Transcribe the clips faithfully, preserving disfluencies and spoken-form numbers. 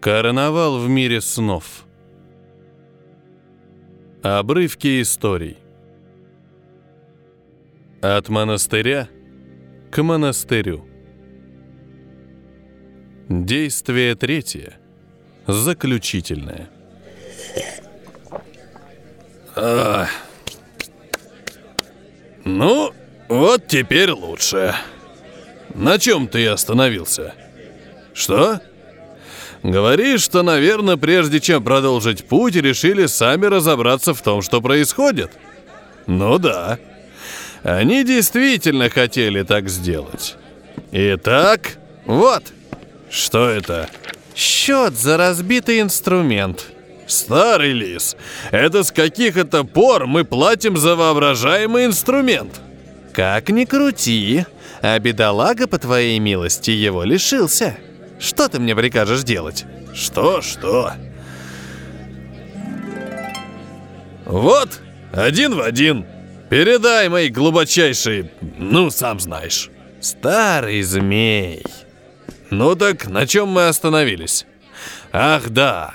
Карнавал в мире снов. Обрывки историй. От монастыря к монастырю. Действие третье. Заключительное. А, ну, вот теперь лучше. На чем ты остановился? Что? Говоришь, что, наверное, прежде чем продолжить путь, решили сами разобраться в том, что происходит? Ну да. Они действительно хотели так сделать. Итак, вот. Что это? Счет за разбитый инструмент. Старый лис, это с каких это пор мы платим за воображаемый инструмент? Как ни крути, а бедолага, по твоей милости, его лишился. Что ты мне прикажешь делать? Что-что? Вот, один в один. Передай мои глубочайшие, ну, сам знаешь. Старый змей. Ну так, на чем мы остановились? Ах, да.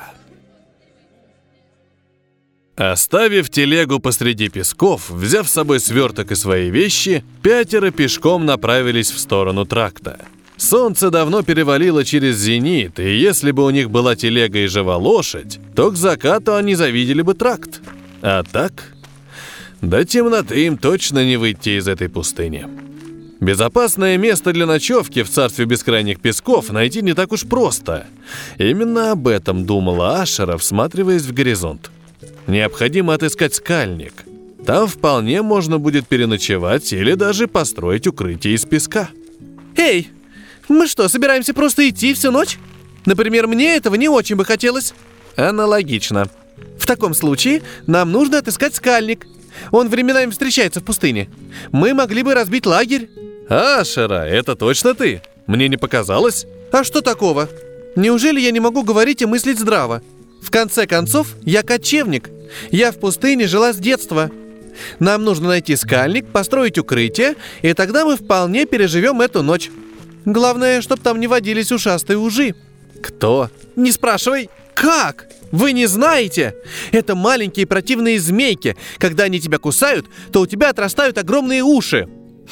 Оставив телегу посреди песков, взяв с собой сверток и свои вещи, пятеро пешком направились в сторону тракта. Солнце давно перевалило через зенит, и если бы у них была телега и жива лошадь, то к закату они завидели бы тракт. А так, до темноты им точно не выйти из этой пустыни. Безопасное место для ночевки в царстве бескрайних песков найти не так уж просто. Именно об этом думала Ашера, всматриваясь в горизонт. Необходимо отыскать скальник. Там вполне можно будет переночевать или даже построить укрытие из песка. Эй, мы что, собираемся просто идти всю ночь? Например, мне этого не очень бы хотелось. Аналогично. В таком случае нам нужно отыскать скальник. Он временами встречается в пустыне. Мы могли бы разбить лагерь. Ашера, это точно ты? Мне не показалось? А что такого? Неужели я не могу говорить и мыслить здраво? В конце концов, я кочевник. Я в пустыне жила с детства. Нам нужно найти скальник, построить укрытие, и тогда мы вполне переживем эту ночь. Главное, чтобы там не водились ушастые ужи. Кто? Не спрашивай. Как? Вы не знаете? Это маленькие противные змейки. Когда они тебя кусают, то у тебя отрастают огромные уши.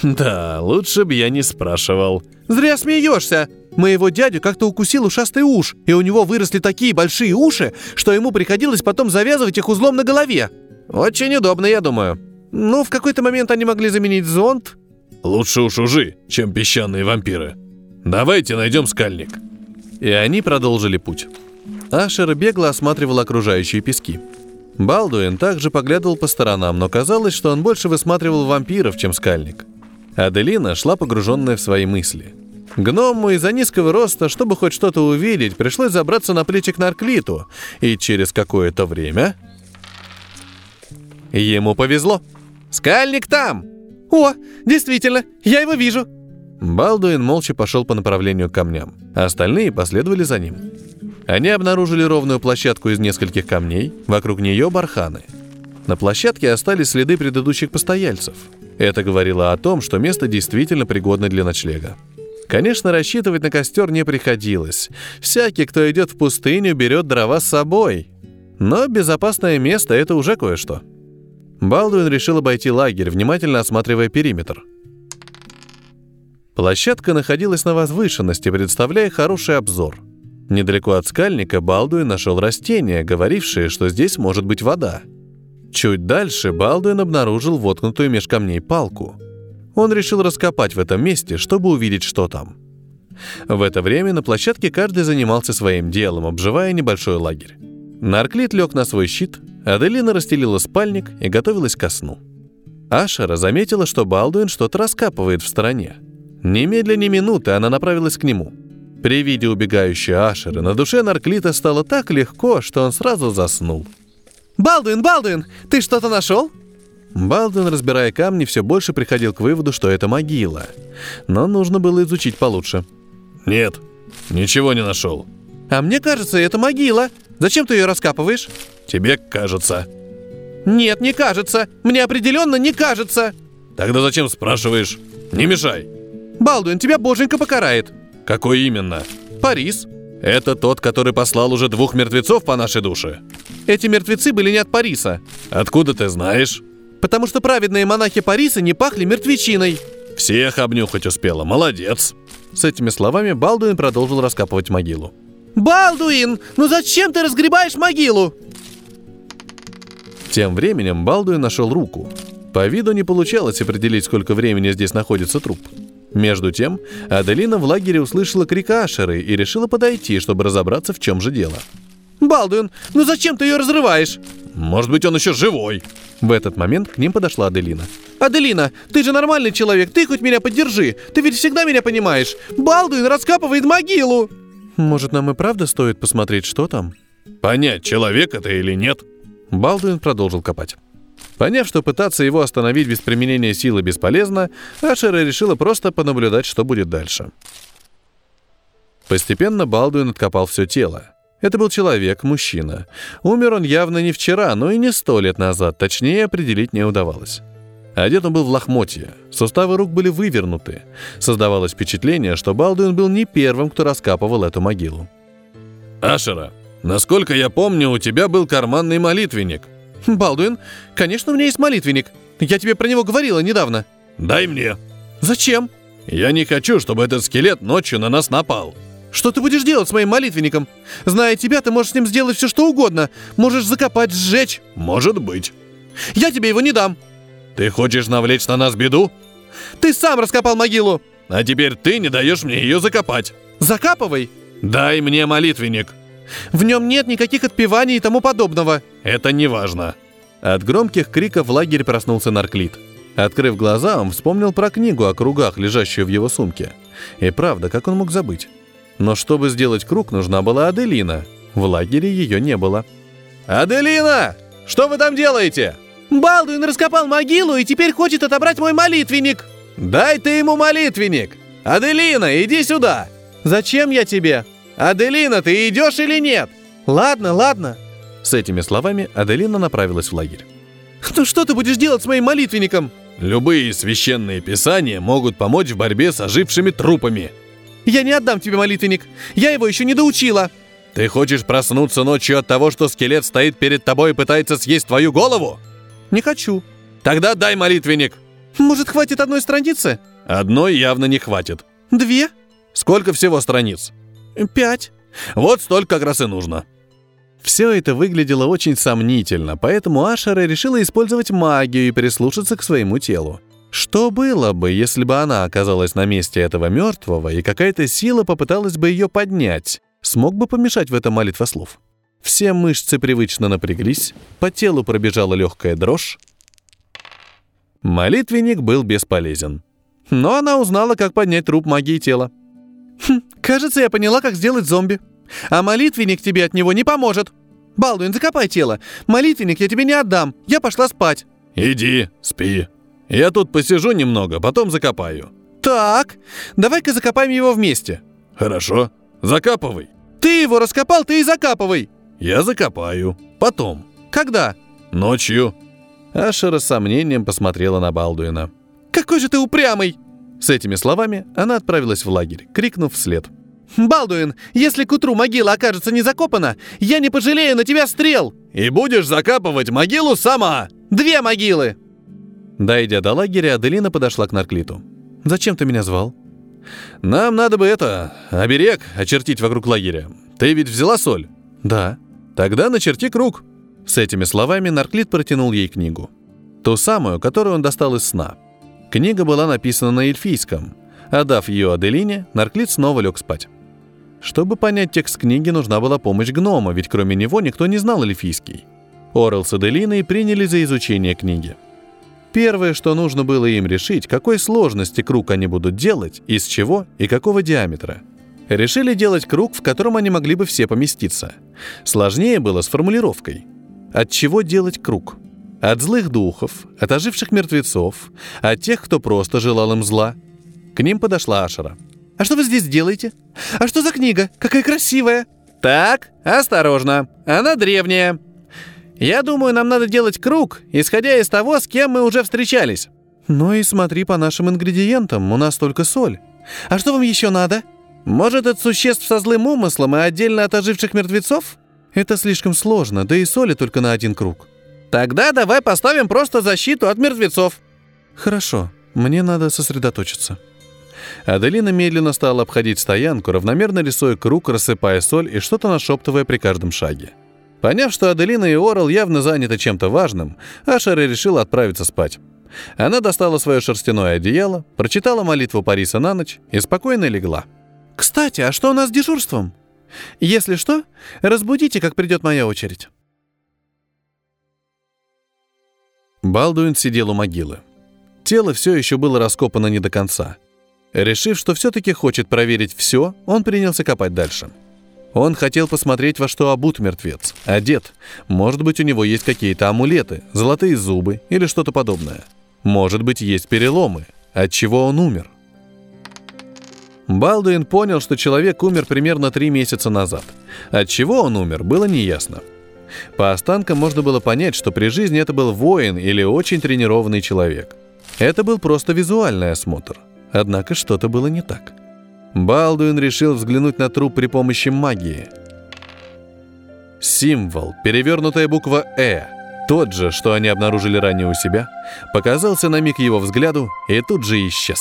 Да, лучше бы я не спрашивал. Зря смеешься. Моего дядю как-то укусил ушастый уж, и у него выросли такие большие уши, что ему приходилось потом завязывать их узлом на голове. Очень удобно, я думаю. Ну, в какой-то момент они могли заменить зонт. Лучше уж ужи, чем песчаные вампиры. Давайте найдем скальник. И они продолжили путь. Ашер бегло осматривал окружающие пески. Балдуин также поглядывал по сторонам, но казалось, что он больше высматривал вампиров, чем скальник. Аделина шла погруженная в свои мысли. Гному из-за низкого роста, чтобы хоть что-то увидеть, пришлось забраться на плечи к Нарклиту, и через какое-то время ему повезло. «Скальник там!» «О, действительно, я его вижу!» Балдуин молча пошел по направлению к камням. Остальные последовали за ним. Они обнаружили ровную площадку из нескольких камней, вокруг нее барханы. На площадке остались следы предыдущих постояльцев. Это говорило о том, что место действительно пригодно для ночлега. Конечно, рассчитывать на костер не приходилось. Всякий, кто идет в пустыню, берет дрова с собой. Но безопасное место — это уже кое-что. Балдуин решил обойти лагерь, внимательно осматривая периметр. Площадка находилась на возвышенности, представляя хороший обзор. Недалеко от скальника Балдуин нашел растение, говорившее, что здесь может быть вода. Чуть дальше Балдуин обнаружил воткнутую меж камней палку. Он решил раскопать в этом месте, чтобы увидеть, что там. В это время на площадке каждый занимался своим делом, обживая небольшой лагерь. Нарклит лег на свой щит, Аделина расстелила спальник и готовилась ко сну. Ашера заметила, что Балдуин что-то раскапывает в стороне. Немедля ни минуты она направилась к нему. При виде убегающей Ашеры на душе Нарклита стало так легко, что он сразу заснул. «Балдуин, Балдуин, ты что-то нашел?» Балдуин, разбирая камни, все больше приходил к выводу, что это могила. Но нужно было изучить получше. «Нет, ничего не нашел». «А мне кажется, это могила. Зачем ты ее раскапываешь?» «Тебе кажется». «Нет, не кажется. Мне определенно не кажется». «Тогда зачем спрашиваешь? Не мешай». «Балдуин, тебя боженька покарает». «Какой именно?» «Парис». Это тот, который послал уже двух мертвецов по нашей душе? Эти мертвецы были не от Париса. Откуда ты знаешь? Потому что праведные монахи Париса не пахли мертвечиной. Всех обнюхать успела, молодец. С этими словами Балдуин продолжил раскапывать могилу. Балдуин, ну зачем ты разгребаешь могилу? Тем временем Балдуин нашел руку. По виду не получалось определить, сколько времени здесь находится труп. Между тем, Аделина в лагере услышала крик Ашеры и решила подойти, чтобы разобраться, в чем же дело. Балдуин, ну зачем ты ее разрываешь? Может быть, он еще живой? В этот момент к ним подошла Аделина. Аделина, ты же нормальный человек, ты хоть меня поддержи. Ты ведь всегда меня понимаешь. Балдуин раскапывает могилу. Может, нам и правда стоит посмотреть, что там? Понять, человек это или нет. Балдуин продолжил копать. Поняв, что пытаться его остановить без применения силы бесполезно, Ашера решила просто понаблюдать, что будет дальше. Постепенно Балдуин откопал все тело. Это был человек, мужчина. Умер он явно не вчера, но и не сто лет назад, точнее определить не удавалось. Одет он был в лохмотья, суставы рук были вывернуты. Создавалось впечатление, что Балдуин был не первым, кто раскапывал эту могилу. Ашера, насколько я помню, у тебя был карманный молитвенник. Балдуин, конечно, у меня есть молитвенник. Я тебе про него говорила недавно. Дай мне. Зачем? Я не хочу, чтобы этот скелет ночью на нас напал. Что ты будешь делать с моим молитвенником? Зная тебя, ты можешь с ним сделать все, что угодно. Можешь закопать, сжечь. Может быть. Я тебе его не дам. Ты хочешь навлечь на нас беду? Ты сам раскопал могилу. А теперь ты не даешь мне ее закопать. Закапывай. Дай мне молитвенник. В нем нет никаких отпеваний и тому подобного. Это не важно. От громких криков в лагере проснулся Нарклит. Открыв глаза, он вспомнил про книгу о кругах, лежащую в его сумке. И правда, как он мог забыть? Но чтобы сделать круг, нужна была Аделина. В лагере ее не было. «Аделина! Что вы там делаете?» Балдуин раскопал могилу и теперь хочет отобрать мой молитвенник. «Дай ты ему молитвенник! Аделина, иди сюда!» «Зачем я тебе?» «Аделина, ты идешь или нет?» «Ладно, ладно». С этими словами Аделина направилась в лагерь. «Ну что ты будешь делать с моим молитвенником?» «Любые священные писания могут помочь в борьбе с ожившими трупами». «Я не отдам тебе молитвенник. Я его еще не доучила». «Ты хочешь проснуться ночью от того, что скелет стоит перед тобой и пытается съесть твою голову?» «Не хочу». «Тогда дай молитвенник». «Может, хватит одной страницы?» «Одной явно не хватит». «Две?» «Сколько всего страниц?» «Пять». «Вот столько как раз и нужно». Все это выглядело очень сомнительно, поэтому Ашера решила использовать магию и прислушаться к своему телу. Что было бы, если бы она оказалась на месте этого мертвого, и какая-то сила попыталась бы ее поднять? Смог бы помешать в этом молитвослов? Все мышцы привычно напряглись, по телу пробежала легкая дрожь. Молитвенник был бесполезен. Но она узнала, как поднять труп магии тела. Хм, кажется, я поняла, как сделать зомби. А молитвенник тебе от него не поможет. Балдуин, закопай тело. Молитвенник я тебе не отдам. Я пошла спать. Иди, спи. Я тут посижу немного, потом закопаю. Так, давай-ка закопаем его вместе. Хорошо, закапывай. Ты его раскопал, ты и закапывай. Я закопаю. Потом. Когда? Ночью. Ашера с сомнением посмотрела на Балдуина. Какой же ты упрямый! С этими словами она отправилась в лагерь, крикнув вслед. «Балдуин, если к утру могила окажется не закопана, я не пожалею на тебя стрел!» «И будешь закапывать могилу сама!» «Две могилы!» Дойдя до лагеря, Аделина подошла к Нарклиту. «Зачем ты меня звал?» «Нам надо бы это, оберег очертить вокруг лагеря. Ты ведь взяла соль?» «Да». «Тогда начерти круг». С этими словами Нарклит протянул ей книгу. Ту самую, которую он достал из сна. Книга была написана на эльфийском. Отдав ее Аделине, Нарклит снова лег спать. Чтобы понять текст книги, нужна была помощь гнома, ведь кроме него никто не знал эльфийский. Орел с Аделиной приняли за изучение книги. Первое, что нужно было им решить, какой сложности круг они будут делать, из чего и какого диаметра. Решили делать круг, в котором они могли бы все поместиться. Сложнее было с формулировкой. От чего делать круг? От злых духов, от оживших мертвецов, от тех, кто просто желал им зла. К ним подошла Ашера. «А что вы здесь делаете? А что за книга? Какая красивая!» «Так, осторожно, она древняя. Я думаю, нам надо делать круг, исходя из того, с кем мы уже встречались». «Ну и смотри по нашим ингредиентам, у нас только соль. А что вам еще надо?» Может, от существ со злым умыслом и отдельно от оживших мертвецов? Это слишком сложно, да и соли только на один круг. Тогда давай поставим просто защиту от мертвецов. Хорошо, мне надо сосредоточиться. Аделина медленно стала обходить стоянку, равномерно рисуя круг, рассыпая соль и что-то нашептывая при каждом шаге. Поняв, что Аделина и Орел явно заняты чем-то важным, Ашера решила отправиться спать. Она достала свое шерстяное одеяло, прочитала молитву Париса на ночь и спокойно легла. Кстати, а что у нас с дежурством? Если что, разбудите, как придет моя очередь. Балдуин сидел у могилы. Тело все еще было раскопано не до конца. Решив, что все-таки хочет проверить все, он принялся копать дальше. Он хотел посмотреть, во что обут мертвец, одет. Может быть, у него есть какие-то амулеты, золотые зубы или что-то подобное. Может быть, есть переломы, от чего он умер. Балдуин понял, что человек умер примерно три месяца назад. От чего он умер, было неясно. По останкам можно было понять, что при жизни это был воин или очень тренированный человек. Это был просто визуальный осмотр. Однако что-то было не так. Балдуин решил взглянуть на труп при помощи магии. Символ, перевернутая буква «Э», тот же, что они обнаружили ранее у себя, показался на миг его взгляду и тут же исчез.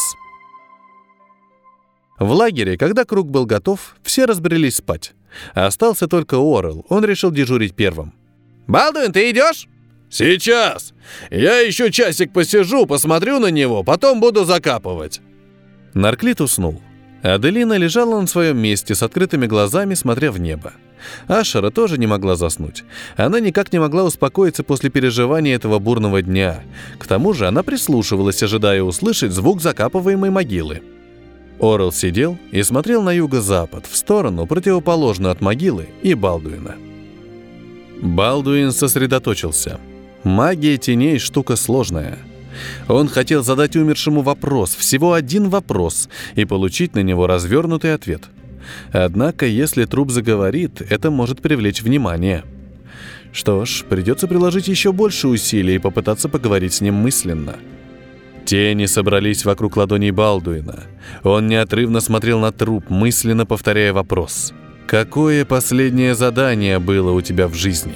В лагере, когда круг был готов, все разбрелись спать. Остался только Орел, он решил дежурить первым. «Балдуин, ты идешь?» «Сейчас! Я еще часик посижу, посмотрю на него, потом буду закапывать». Нарклит уснул. Аделина лежала на своем месте с открытыми глазами, смотря в небо. Ашера тоже не могла заснуть. Она никак не могла успокоиться после переживания этого бурного дня. К тому же она прислушивалась, ожидая услышать звук закапываемой могилы. Орел сидел и смотрел на юго-запад, в сторону, противоположную от могилы и Балдуина. Балдуин сосредоточился. Магия теней – штука сложная. Он хотел задать умершему вопрос, всего один вопрос, и получить на него развернутый ответ. Однако, если труп заговорит, это может привлечь внимание. Что ж, придется приложить еще больше усилий и попытаться поговорить с ним мысленно. Тени собрались вокруг ладоней Балдуина. Он неотрывно смотрел на труп, мысленно повторяя вопрос. «Какое последнее задание было у тебя в жизни?»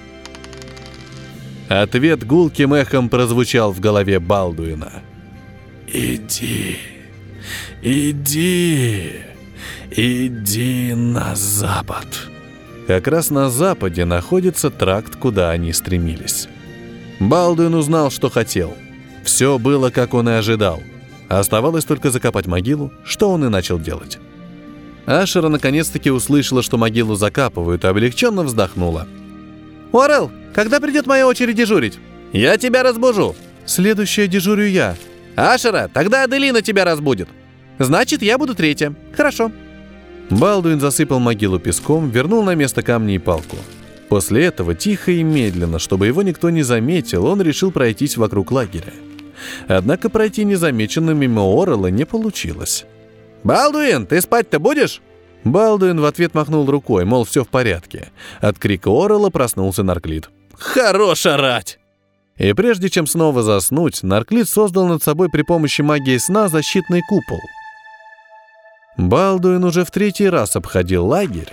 Ответ гулким эхом прозвучал в голове Балдуина. «Иди, иди, иди на запад». Как раз на западе находится тракт, куда они стремились. Балдуин узнал, что хотел. Все было, как он и ожидал. Оставалось только закопать могилу, что он и начал делать. Ашера наконец-таки услышала, что могилу закапывают, и облегченно вздохнула. «Орел, когда придет моя очередь дежурить?» «Я тебя разбужу». «Следующая дежурю я». «Ашера, тогда Аделина тебя разбудит». «Значит, я буду третья. Хорошо». Балдуин засыпал могилу песком, вернул на место камни и палку. После этого, тихо и медленно, чтобы его никто не заметил, он решил пройтись вокруг лагеря. Однако пройти незамеченным мимо Орела не получилось. «Балдуин, ты спать-то будешь?» Балдуин в ответ махнул рукой, мол, все в порядке. От крика Орела проснулся Нарклит. «Хорош орать!» И прежде чем снова заснуть, Нарклит создал над собой при помощи магии сна защитный купол. Балдуин уже в третий раз обходил лагерь,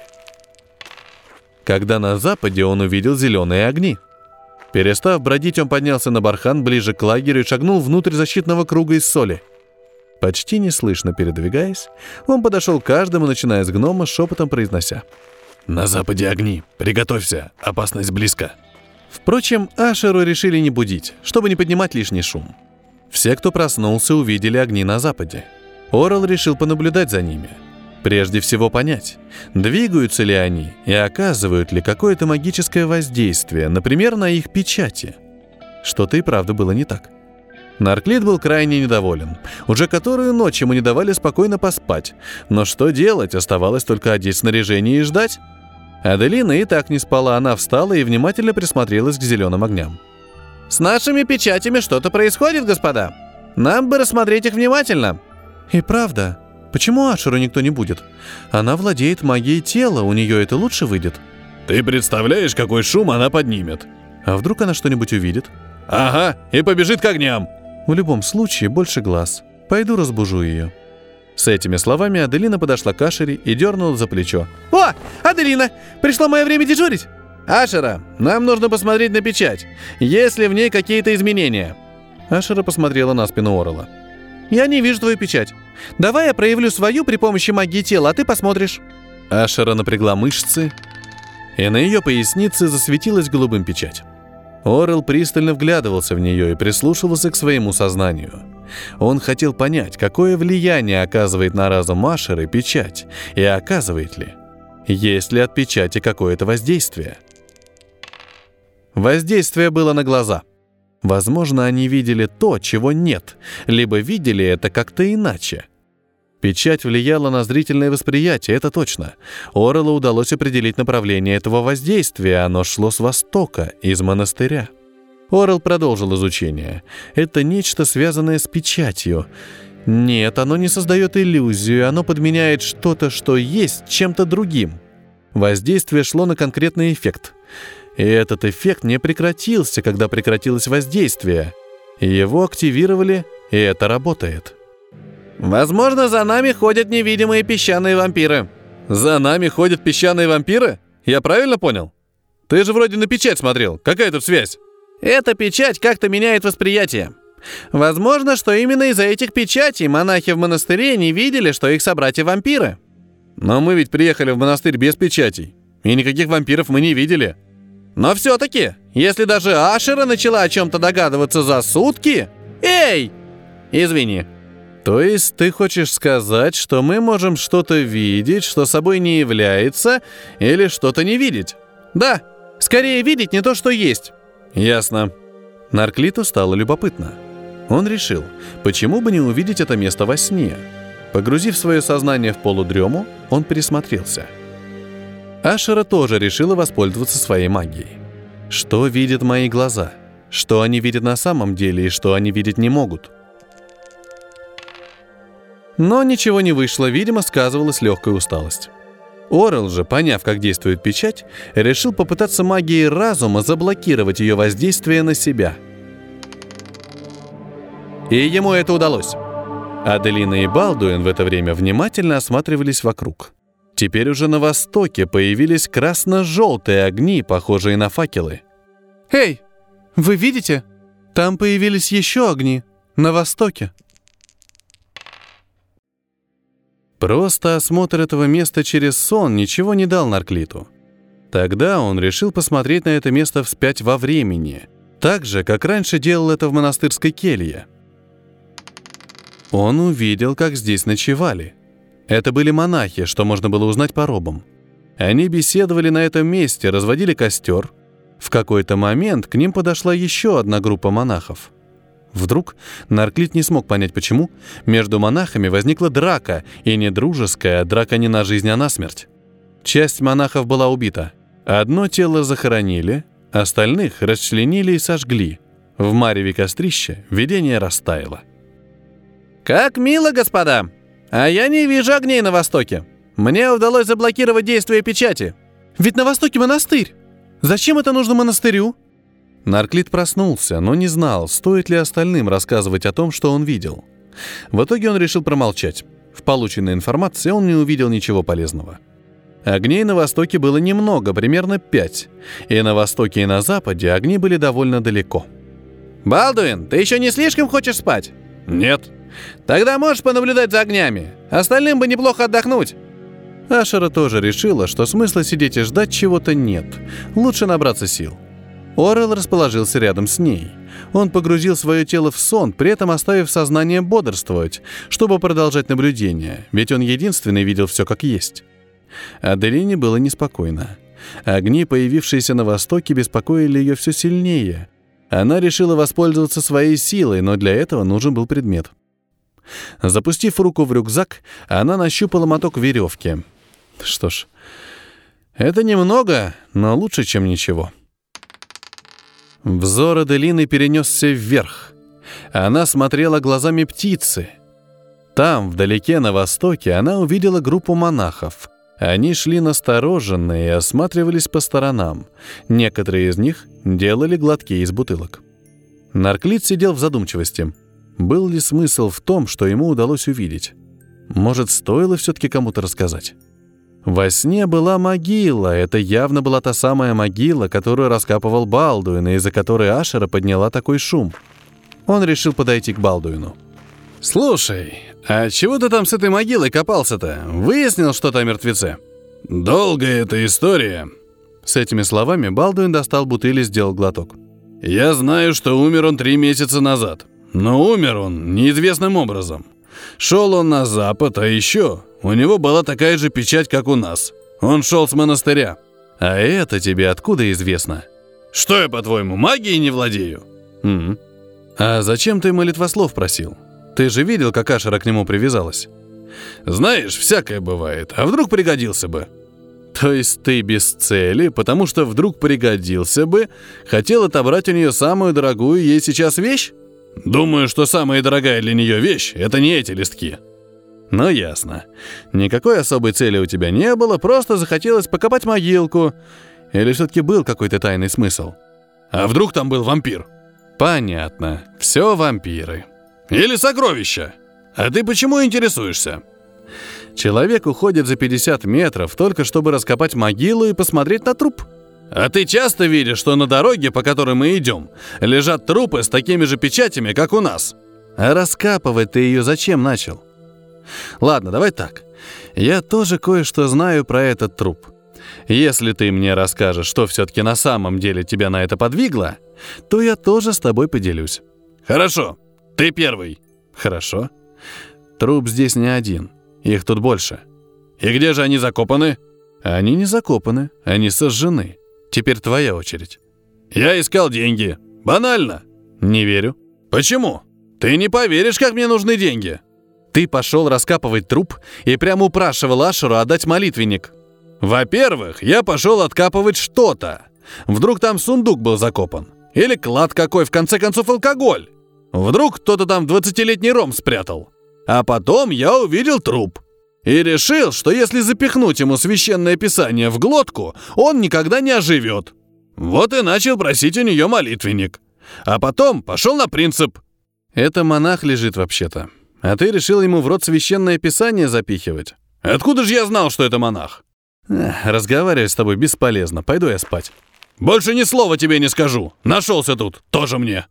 когда на западе он увидел зеленые огни. Перестав бродить, он поднялся на бархан ближе к лагерю и шагнул внутрь защитного круга из соли. Почти неслышно передвигаясь, он подошел к каждому, начиная с гнома, шепотом произнося: «На западе огни, приготовься, опасность близко». Впрочем, Ашеру решили не будить, чтобы не поднимать лишний шум. Все, кто проснулся, увидели огни на западе. Орел решил понаблюдать за ними. Прежде всего понять, двигаются ли они и оказывают ли какое-то магическое воздействие, например, на их печати. Что-то и правда было не так. Нарклит был крайне недоволен. Уже которую ночь ему не давали спокойно поспать. Но что делать? Оставалось только одеть снаряжение и ждать. Аделина и так не спала, она встала и внимательно присмотрелась к зеленым огням. «С нашими печатями что-то происходит, господа. Нам бы рассмотреть их внимательно». «И правда, почему Ашеру никто не будет? Она владеет магией тела, у нее это лучше выйдет». «Ты представляешь, какой шум она поднимет?» «А вдруг она что-нибудь увидит?» «Ага, и побежит к огням». «В любом случае, больше глаз. Пойду разбужу ее». С этими словами Аделина подошла к Ашере и дернула за плечо. «О, Аделина, пришло мое время дежурить!» «Ашера, нам нужно посмотреть на печать. Есть ли в ней какие-то изменения?» Ашера посмотрела на спину Орла. «Я не вижу твою печать. Давай я проявлю свою при помощи магии тела, а ты посмотришь». Ашера напрягла мышцы, и на ее пояснице засветилась голубым печать. Орел пристально вглядывался в нее и прислушивался к своему сознанию. Он хотел понять, какое влияние оказывает на разум Ашеры печать, и оказывает ли. Есть ли от печати какое-то воздействие? Воздействие было на глаза. Возможно, они видели то, чего нет, либо видели это как-то иначе. Печать влияла на зрительное восприятие, это точно. Орелу удалось определить направление этого воздействия, оно шло с востока, из монастыря. Орел продолжил изучение. Это нечто, связанное с печатью. Нет, оно не создает иллюзию, оно подменяет что-то, что есть, чем-то другим. Воздействие шло на конкретный эффект. И этот эффект не прекратился, когда прекратилось воздействие. Его активировали, и это работает. «Возможно, за нами ходят невидимые песчаные вампиры». «За нами ходят песчаные вампиры? Я правильно понял? Ты же вроде на печать смотрел. Какая тут связь?» «Эта печать как-то меняет восприятие. Возможно, что именно из-за этих печатей монахи в монастыре не видели, что их собратья-вампиры». «Но мы ведь приехали в монастырь без печатей, и никаких вампиров мы не видели». «Но все-таки, если даже Ашера начала о чем-то догадываться за сутки...» «Эй! Извини». «То есть ты хочешь сказать, что мы можем что-то видеть, что собой не является, или что-то не видеть?» «Да, скорее видеть не то, что есть». «Ясно». Нарклиту стало любопытно. Он решил, почему бы не увидеть это место во сне. Погрузив свое сознание в полудрему, он присмотрелся. Ашера тоже решила воспользоваться своей магией. Что видят мои глаза? Что они видят на самом деле и что они видеть не могут? Но ничего не вышло, видимо, сказывалась легкая усталость. Орел же, поняв, как действует печать, решил попытаться магией разума заблокировать ее воздействие на себя. И ему это удалось. Аделина и Балдуин в это время внимательно осматривались вокруг. Теперь уже на востоке появились красно-желтые огни, похожие на факелы. «Эй, вы видите? Там появились еще огни. На востоке». Просто осмотр этого места через сон ничего не дал Нарклиту. Тогда он решил посмотреть на это место вспять во времени, так же, как раньше делал это в монастырской келье. Он увидел, как здесь ночевали. Это были монахи, что можно было узнать по робам. Они беседовали на этом месте, разводили костер. В какой-то момент к ним подошла еще одна группа монахов. Вдруг, Нарклит не смог понять почему, между монахами возникла драка, и не дружеская, а драка не на жизнь, а на смерть. Часть монахов была убита. Одно тело захоронили, остальных расчленили и сожгли. В мареве кострища видение растаяло. «Как мило, господа! А я не вижу огней на востоке. Мне удалось заблокировать действие печати. Ведь на востоке монастырь. Зачем это нужно монастырю?» Нарклит проснулся, но не знал, стоит ли остальным рассказывать о том, что он видел. В итоге он решил промолчать. В полученной информации он не увидел ничего полезного. Огней на востоке было немного, примерно пять. И на востоке, и на западе огни были довольно далеко. «Балдуин, ты еще не слишком хочешь спать?» «Нет». «Тогда можешь понаблюдать за огнями. Остальным бы неплохо отдохнуть». Ашера тоже решила, что смысла сидеть и ждать чего-то нет. Лучше набраться сил. Орел расположился рядом с ней. Он погрузил свое тело в сон, при этом оставив сознание бодрствовать, чтобы продолжать наблюдение, ведь он единственный видел все как есть. Аделине было неспокойно. Огни, появившиеся на востоке, беспокоили ее все сильнее. Она решила воспользоваться своей силой, но для этого нужен был предмет. Запустив руку в рюкзак, она нащупала моток веревки. Что ж, это немного, но лучше, чем ничего. Взор Аделины перенесся вверх. Она смотрела глазами птицы. Там, вдалеке на востоке, она увидела группу монахов. Они шли настороженно и осматривались по сторонам. Некоторые из них делали глотки из бутылок. Нарклит сидел в задумчивости. Был ли смысл в том, что ему удалось увидеть? Может, стоило все-таки кому-то рассказать? Во сне была могила. Это явно была та самая могила, которую раскапывал Балдуин, и из-за которой Ашера подняла такой шум. Он решил подойти к Балдуину. «Слушай, а чего ты там с этой могилой копался-то? Выяснил что-то о мертвеце?» «Долгая эта история». С этими словами Балдуин достал бутыль и сделал глоток. «Я знаю, что умер он три месяца назад. Но умер он неизвестным образом. Шел он на запад, а еще у него была такая же печать, как у нас. Он шел с монастыря». «А это тебе откуда известно?» «Что я, по-твоему, магией не владею?» «М-м. А зачем ты молитвослов просил? Ты же видел, как Ашера к нему привязалась?» «Знаешь, всякое бывает. А вдруг пригодился бы?» «То есть ты без цели, потому что вдруг пригодился бы, хотел отобрать у нее самую дорогую ей сейчас вещь?» «Думаю, что самая дорогая для нее вещь — это не эти листки». «Ну, ясно. Никакой особой цели у тебя не было, просто захотелось покопать могилку. Или все-таки был какой-то тайный смысл?» «А вдруг там был вампир?» «Понятно. Все вампиры». «Или сокровища. А ты почему интересуешься?» «Человек уходит за пятьдесят метров, только чтобы раскопать могилу и посмотреть на труп». «А ты часто видишь, что на дороге, по которой мы идем, лежат трупы с такими же печатями, как у нас?» «А раскапывать ты ее зачем начал?» «Ладно, давай так. Я тоже кое-что знаю про этот труп. Если ты мне расскажешь, что все-таки на самом деле тебя на это подвигло, то я тоже с тобой поделюсь». «Хорошо. Ты первый». «Хорошо. Труп здесь не один. Их тут больше». «И где же они закопаны?» «Они не закопаны. Они сожжены. Теперь твоя очередь». «Я искал деньги. Банально». «Не верю». «Почему? Ты не поверишь, как мне нужны деньги». «Ты пошел раскапывать труп и прямо упрашивал Ашеру отдать молитвенник». «Во-первых, я пошел откапывать что-то. Вдруг там сундук был закопан. Или клад какой, в конце концов, алкоголь. Вдруг кто-то там двадцатилетний ром спрятал. А потом я увидел труп. И решил, что если запихнуть ему священное писание в глотку, он никогда не оживет. Вот и начал просить у нее молитвенник. А потом пошел на принцип». «Это монах лежит вообще-то. А ты решил ему в рот священное писание запихивать?» «Откуда же я знал, что это монах?» Эх, разговаривать с тобой бесполезно. Пойду я спать». «Больше ни слова тебе не скажу. Нашелся тут. Тоже мне».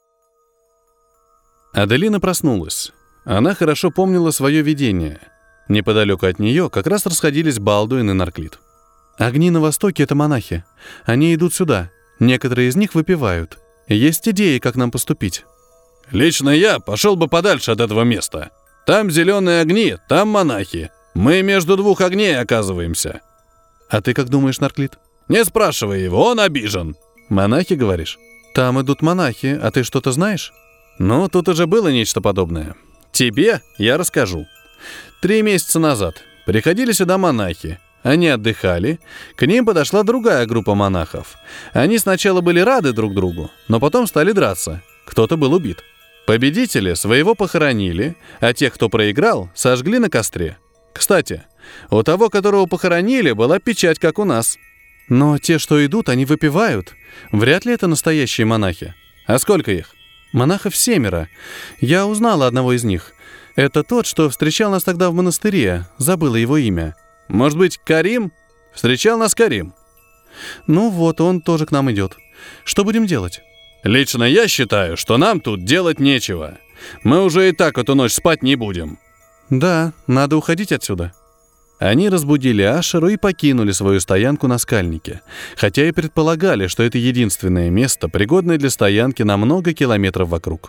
Аделина проснулась. Она хорошо помнила свое видение. Неподалеку от нее как раз расходились Балдуин и Нарклит. «Огни на востоке — это монахи. Они идут сюда. Некоторые из них выпивают. Есть идеи, как нам поступить». «Лично я пошел бы подальше от этого места. Там зеленые огни, там монахи. Мы между двух огней оказываемся». «А ты как думаешь, Нарклит?» «Не спрашивай его, он обижен». «Монахи, говоришь?» «Там идут монахи, а ты что-то знаешь?» «Ну, тут уже было нечто подобное. Тебе я расскажу. Три месяца назад приходили сюда монахи. Они отдыхали. К ним подошла другая группа монахов. Они сначала были рады друг другу, но потом стали драться. Кто-то был убит. Победители своего похоронили, а тех, кто проиграл, сожгли на костре. Кстати, у того, которого похоронили, была печать, как у нас. Но те, что идут, они выпивают. Вряд ли это настоящие монахи. А сколько их? Монахов семеро. Я узнала одного из них. Это тот, что встречал нас тогда в монастыре. Забыла его имя. Может быть, Карим? Встречал нас Карим. Ну вот, он тоже к нам идет. Что будем делать? Лично я считаю, что нам тут делать нечего. Мы уже и так эту ночь спать не будем. Да, надо уходить отсюда. Они разбудили Ашеру и покинули свою стоянку на скальнике, хотя и предполагали, что это единственное место, пригодное для стоянки на много километров вокруг.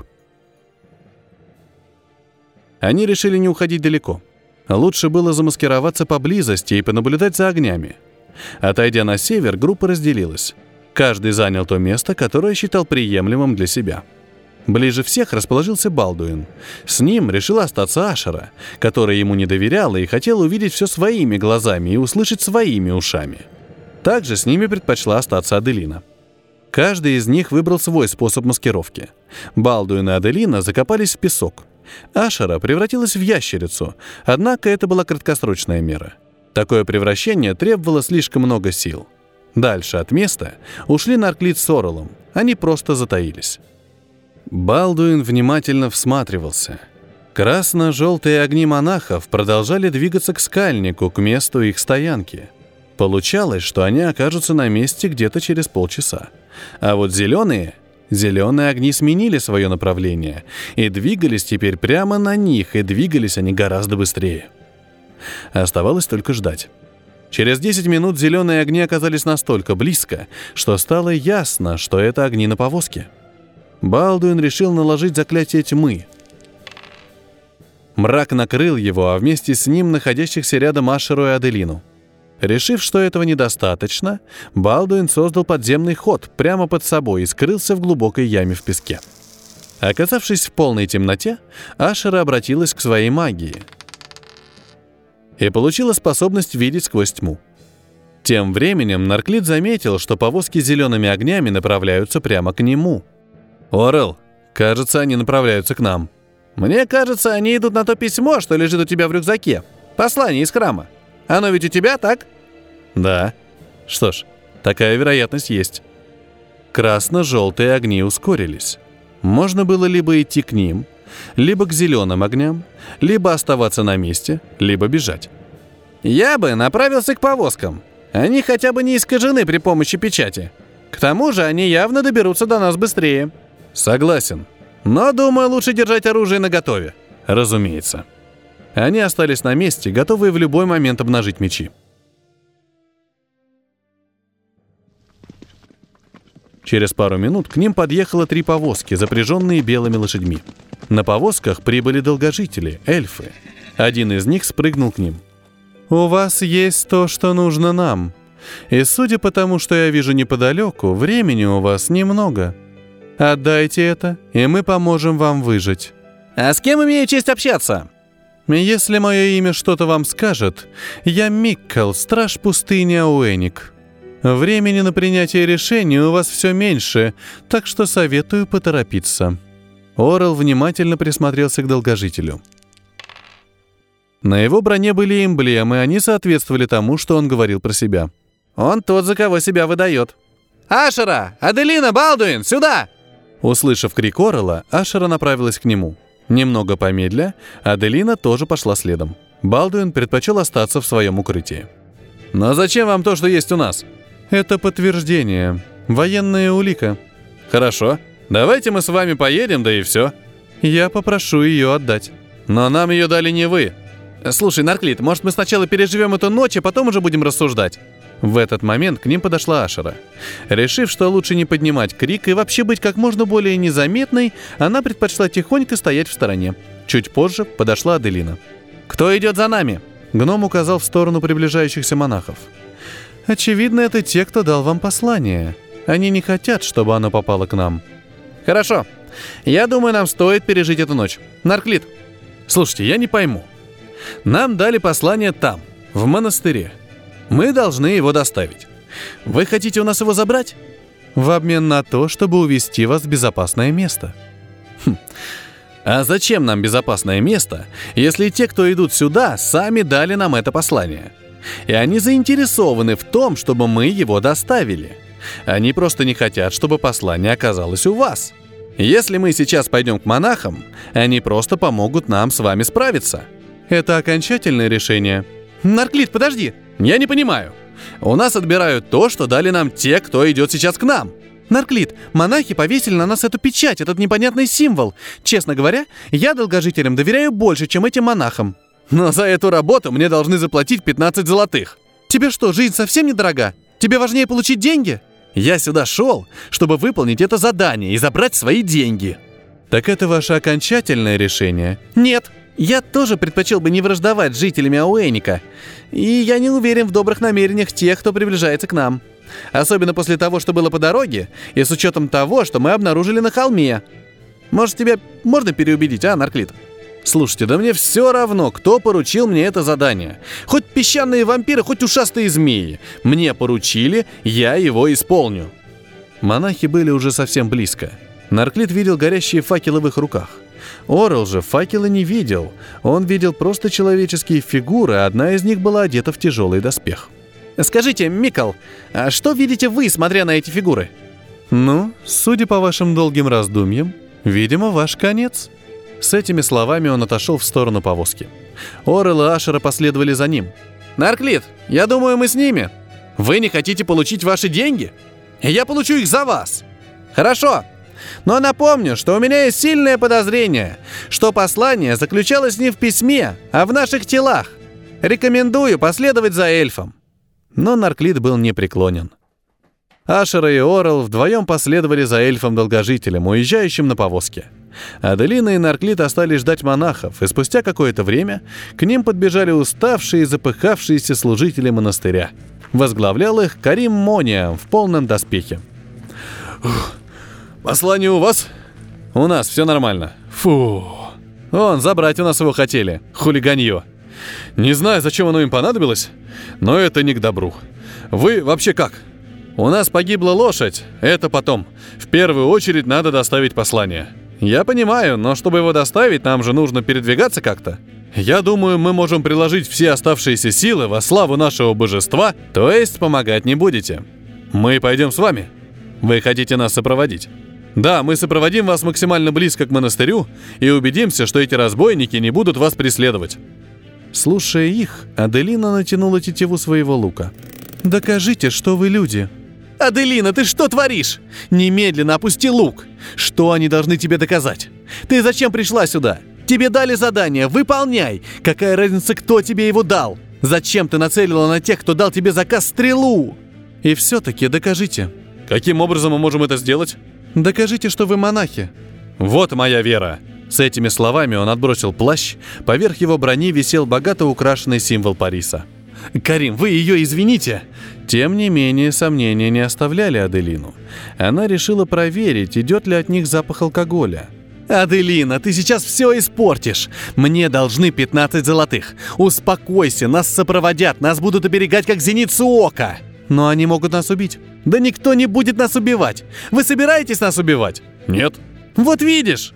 Они решили не уходить далеко. Лучше было замаскироваться поблизости и понаблюдать за огнями. Отойдя на север, группа разделилась. Каждый занял то место, которое считал приемлемым для себя. Ближе всех расположился Балдуин. С ним решила остаться Ашера, которая ему не доверяла и хотела увидеть все своими глазами и услышать своими ушами. Также с ними предпочла остаться Аделина. Каждый из них выбрал свой способ маскировки. Балдуин и Аделина закопались в песок. Ашера превратилась в ящерицу, однако это была краткосрочная мера. Такое превращение требовало слишком много сил. Дальше от места ушли Нарклит с Орелом. Они просто затаились. Балдуин внимательно всматривался. Красно-желтые огни монахов продолжали двигаться к скальнику, к месту их стоянки. Получалось, что они окажутся на месте где-то через полчаса. А вот зеленые... Зеленые огни сменили свое направление и двигались теперь прямо на них, и двигались они гораздо быстрее. Оставалось только ждать. Через десять минут зеленые огни оказались настолько близко, что стало ясно, что это огни на повозке. Балдуин решил наложить заклятие тьмы. Мрак накрыл его, а вместе с ним находящихся рядом Ашеру и Аделину. Решив, что этого недостаточно, Балдуин создал подземный ход прямо под собой и скрылся в глубокой яме в песке. Оказавшись в полной темноте, Ашера обратилась к своей магии и получила способность видеть сквозь тьму. Тем временем Нарклит заметил, что повозки с зелеными огнями направляются прямо к нему. «Орел, кажется, они направляются к нам». «Мне кажется, они идут на то письмо, что лежит у тебя в рюкзаке. Послание из храма. Оно ведь у тебя, так?» «Да. Что ж, такая вероятность есть». Красно-желтые огни ускорились. Можно было либо идти к ним, либо к зеленым огням, либо оставаться на месте, либо бежать. «Я бы направился к повозкам. Они хотя бы не искажены при помощи печати. К тому же они явно доберутся до нас быстрее». «Согласен. Но, думаю, лучше держать оружие наготове». «Разумеется». Они остались на месте, готовые в любой момент обнажить мечи. Через пару минут к ним подъехало три повозки, запряженные белыми лошадьми. На повозках прибыли долгожители, эльфы. Один из них спрыгнул к ним. «У вас есть то, что нужно нам. И судя по тому, что я вижу неподалеку, времени у вас немного. Отдайте это, и мы поможем вам выжить». «А с кем имею честь общаться?» «Если мое имя что-то вам скажет, я Миккел, страж пустыни Ауэник. Времени на принятие решений у вас все меньше, так что советую поторопиться». Орел внимательно присмотрелся к долгожителю. На его броне были эмблемы, они соответствовали тому, что он говорил про себя. «Он тот, за кого себя выдает». «Ашера! Аделина! Балдуин! Сюда!» Услышав крик Орела, Ашера направилась к нему. Немного помедля, Аделина тоже пошла следом. Балдуин предпочел остаться в своем укрытии. «Но зачем вам то, что есть у нас?» «Это подтверждение. Военная улика». «Хорошо. Давайте мы с вами поедем, да и все». «Я попрошу ее отдать». «Но нам ее дали не вы». «Слушай, Нарклит, может, мы сначала переживем эту ночь, а потом уже будем рассуждать?» В этот момент к ним подошла Ашера. Решив, что лучше не поднимать крик и вообще быть как можно более незаметной, она предпочла тихонько стоять в стороне. Чуть позже подошла Аделина. «Кто идет за нами?» Гном указал в сторону приближающихся монахов. «Очевидно, это те, кто дал вам послание. Они не хотят, чтобы оно попало к нам». «Хорошо. Я думаю, нам стоит пережить эту ночь. Нарклит». «Слушайте, я не пойму. Нам дали послание там, в монастыре. Мы должны его доставить. Вы хотите у нас его забрать?» «В обмен на то, чтобы увести вас в безопасное место». Хм. «А зачем нам безопасное место, если те, кто идут сюда, сами дали нам это послание? И они заинтересованы в том, чтобы мы его доставили. Они просто не хотят, чтобы послание оказалось у вас. Если мы сейчас пойдем к монахам, они просто помогут нам с вами справиться». «Это окончательное решение». «Нарклит, подожди!» «Я не понимаю. У нас отбирают то, что дали нам те, кто идет сейчас к нам». «Нарклит, монахи повесили на нас эту печать, этот непонятный символ. Честно говоря, я долгожителям доверяю больше, чем этим монахам». «Но за эту работу мне должны заплатить пятнадцать золотых». «Тебе что, жизнь совсем недорога? Тебе важнее получить деньги?» «Я сюда шел, чтобы выполнить это задание и забрать свои деньги». «Так это ваше окончательное решение?» «Нет. Я тоже предпочел бы не враждовать с жителями Ауэника. И я не уверен в добрых намерениях тех, кто приближается к нам. Особенно после того, что было по дороге, и с учетом того, что мы обнаружили на холме. Может, тебя можно переубедить, а, Нарклит?» «Слушайте, да мне все равно, кто поручил мне это задание. Хоть песчаные вампиры, хоть ушастые змеи. Мне поручили, я его исполню». Монахи были уже совсем близко. Нарклит видел горящие факелы в их руках. Орел же факелы не видел. Он видел просто человеческие фигуры, а одна из них была одета в тяжелый доспех. «Скажите, Миккел, а что видите вы, смотря на эти фигуры?» «Ну, судя по вашим долгим раздумьям, видимо, ваш конец». С этими словами он отошел в сторону повозки. Орел и Ашера последовали за ним. «Нарклит, я думаю, мы с ними. Вы не хотите получить ваши деньги? Я получу их за вас. Хорошо. Но напомню, что у меня есть сильное подозрение, что послание заключалось не в письме, а в наших телах. Рекомендую последовать за эльфом». Но Нарклит был непреклонен. Ашера и Орел вдвоем последовали за эльфом-долгожителем, уезжающим на повозке. Аделина и Нарклит остались ждать монахов, и спустя какое-то время к ним подбежали уставшие и запыхавшиеся служители монастыря. Возглавлял их Карим Мониам в полном доспехе. «Послание у вас?» «У нас все нормально». «Фу». «Вон, забрать у нас его хотели. Хулиганье». «Не знаю, зачем оно им понадобилось, но это не к добру. Вы вообще как?» «У нас погибла лошадь. Это потом. В первую очередь надо доставить послание». «Я понимаю, но чтобы его доставить, нам же нужно передвигаться как-то. Я думаю, мы можем приложить все оставшиеся силы во славу нашего божества, то есть помогать не будете. Мы пойдем с вами. Вы хотите нас сопроводить?» «Да, мы сопроводим вас максимально близко к монастырю и убедимся, что эти разбойники не будут вас преследовать». Слушая их, Аделина натянула тетиву своего лука. «Докажите, что вы люди». «Аделина, ты что творишь? Немедленно опусти лук. Что они должны тебе доказать? Ты зачем пришла сюда? Тебе дали задание, выполняй. Какая разница, кто тебе его дал? Зачем ты нацелила на тех, кто дал тебе заказ, стрелу?» «И все-таки докажите». «Каким образом мы можем это сделать?» «Докажите, что вы монахи». «Вот моя вера». С этими словами он отбросил плащ, поверх его брони висел богато украшенный символ Париса. «Карим, вы ее извините!» Тем не менее, сомнения не оставляли Аделину. Она решила проверить, идет ли от них запах алкоголя. «Аделина, ты сейчас все испортишь! Мне должны пятнадцать золотых! Успокойся, нас сопроводят, нас будут оберегать как зеницу ока!» «Но они могут нас убить!» «Да никто не будет нас убивать! Вы собираетесь нас убивать?» «Нет». «Вот видишь!»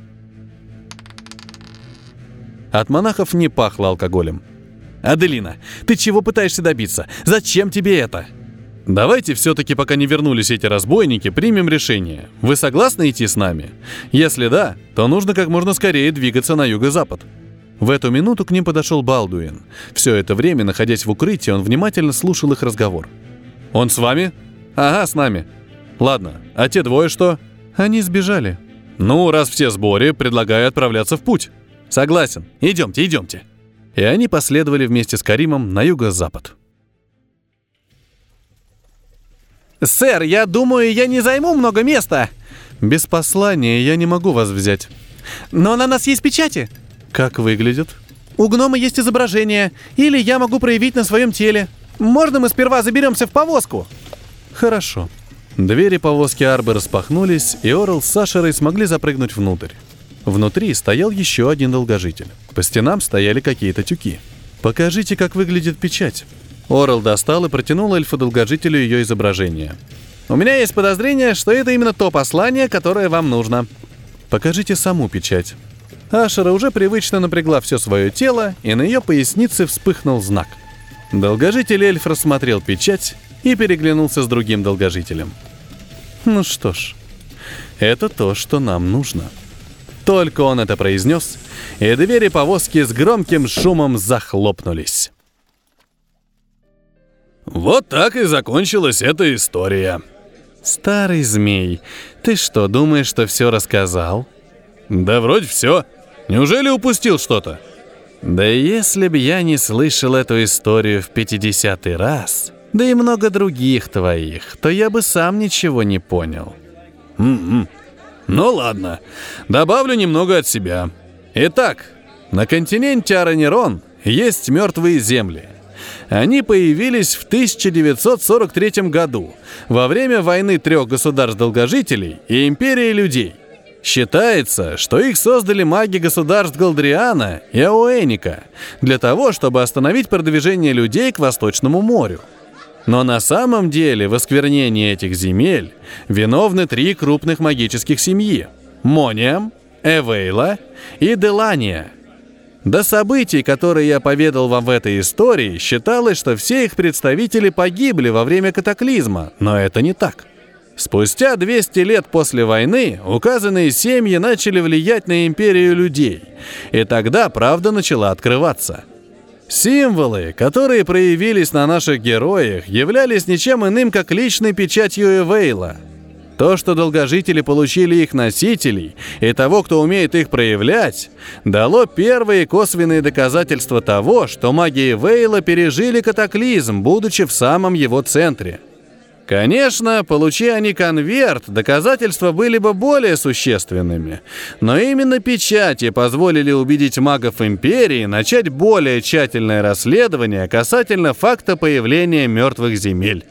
От монахов не пахло алкоголем. «Аделина, ты чего пытаешься добиться? Зачем тебе это?» «Давайте все-таки, пока не вернулись эти разбойники, примем решение. Вы согласны идти с нами? Если да, то нужно как можно скорее двигаться на юго-запад». В эту минуту к ним подошел Балдуин. Все это время, находясь в укрытии, он внимательно слушал их разговор. «Он с вами?» «Ага, с нами». «Ладно, а те двое что?» «Они сбежали». «Ну, раз все в сборе, предлагаю отправляться в путь». «Согласен. Идемте, идемте». И они последовали вместе с Каримом на юго-запад. «Сэр, я думаю, я не займу много места». «Без послания я не могу вас взять». «Но на нас есть печати». «Как выглядят?» «У гнома есть изображение, или я могу проявить на своем теле. Можно мы сперва заберемся в повозку?» «Хорошо». Двери повозки Арбы распахнулись, и Орел с Ашерой смогли запрыгнуть внутрь. Внутри стоял еще один долгожитель. По стенам стояли какие-то тюки. «Покажите, как выглядит печать». Орел достал и протянул эльфу-долгожителю ее изображение. «У меня есть подозрение, что это именно то послание, которое вам нужно». «Покажите саму печать». Ашера уже привычно напрягла все свое тело, и на ее пояснице вспыхнул знак. Долгожитель эльф рассмотрел печать и переглянулся с другим долгожителем. «Ну что ж, это то, что нам нужно». Только он это произнес, и двери повозки с громким шумом захлопнулись. Вот так и закончилась эта история. Старый змей, ты что, думаешь, что все рассказал? Да вроде все. Неужели упустил что-то? Да если б я не слышал эту историю в пятидесятый раз, да и много других твоих, то я бы сам ничего не понял. М-м. Ну ладно, добавлю немного от себя. Итак, на континенте Аранирон есть мертвые земли. Они появились в тысяча девятьсот сорок третьем году, во время войны трех государств-долгожителей и империи людей. Считается, что их создали маги государств Галдриана и Ауэника для того, чтобы остановить продвижение людей к Восточному морю. Но на самом деле в осквернении этих земель виновны три крупных магических семьи – Мониам, Эвейла и Делания. До событий, которые я поведал вам в этой истории, считалось, что все их представители погибли во время катаклизма, но это не так. Спустя двести лет после войны указанные семьи начали влиять на империю людей, и тогда правда начала открываться. Символы, которые проявились на наших героях, являлись ничем иным, как личной печатью Эвейла. То, что долгожители получили их носителей и того, кто умеет их проявлять, дало первые косвенные доказательства того, что маги Эвейла пережили катаклизм, будучи в самом его центре. Конечно, получи они конверт, доказательства были бы более существенными, но именно печати позволили убедить магов Империи начать более тщательное расследование касательно факта появления мертвых земель.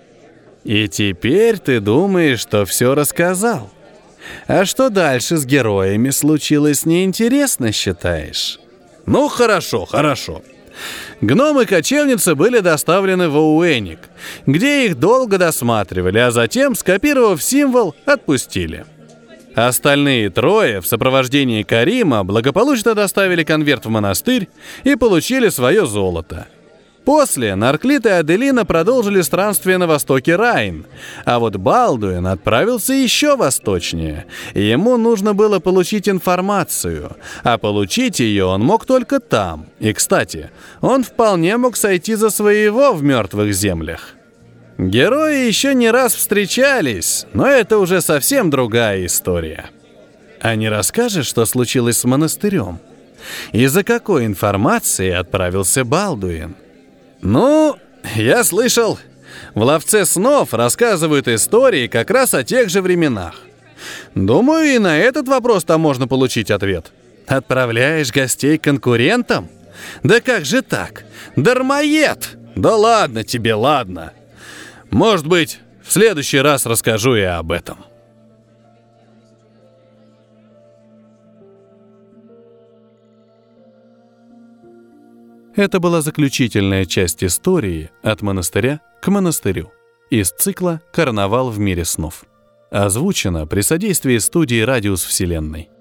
И теперь ты думаешь, что все рассказал? А что дальше с героями случилось, неинтересно считаешь? Ну хорошо, хорошо. Гномы-кочевницы были доставлены в Оуэник, где их долго досматривали, а затем, скопировав символ, отпустили. Остальные трое в сопровождении Карима благополучно доставили конверт в монастырь и получили свое золото. После Нарклит и Аделина продолжили странствие на востоке Райн, а вот Балдуин отправился еще восточнее. Ему нужно было получить информацию, а получить ее он мог только там. И, кстати, он вполне мог сойти за своего в мертвых землях. Герои еще не раз встречались, но это уже совсем другая история. А не расскажешь, что случилось с монастырем? И за какой информацией отправился Балдуин? Ну, я слышал, в «Ловце снов» рассказывают истории как раз о тех же временах. Думаю, и на этот вопрос там можно получить ответ. Отправляешь гостей к конкурентам? Да как же так? Дармоед! Да ладно тебе, ладно. Может быть, в следующий раз расскажу я об этом. Это была заключительная часть истории «От монастыря к монастырю» из цикла «Карнавал в мире снов». Озвучено при содействии студии «Радиус Вселенной».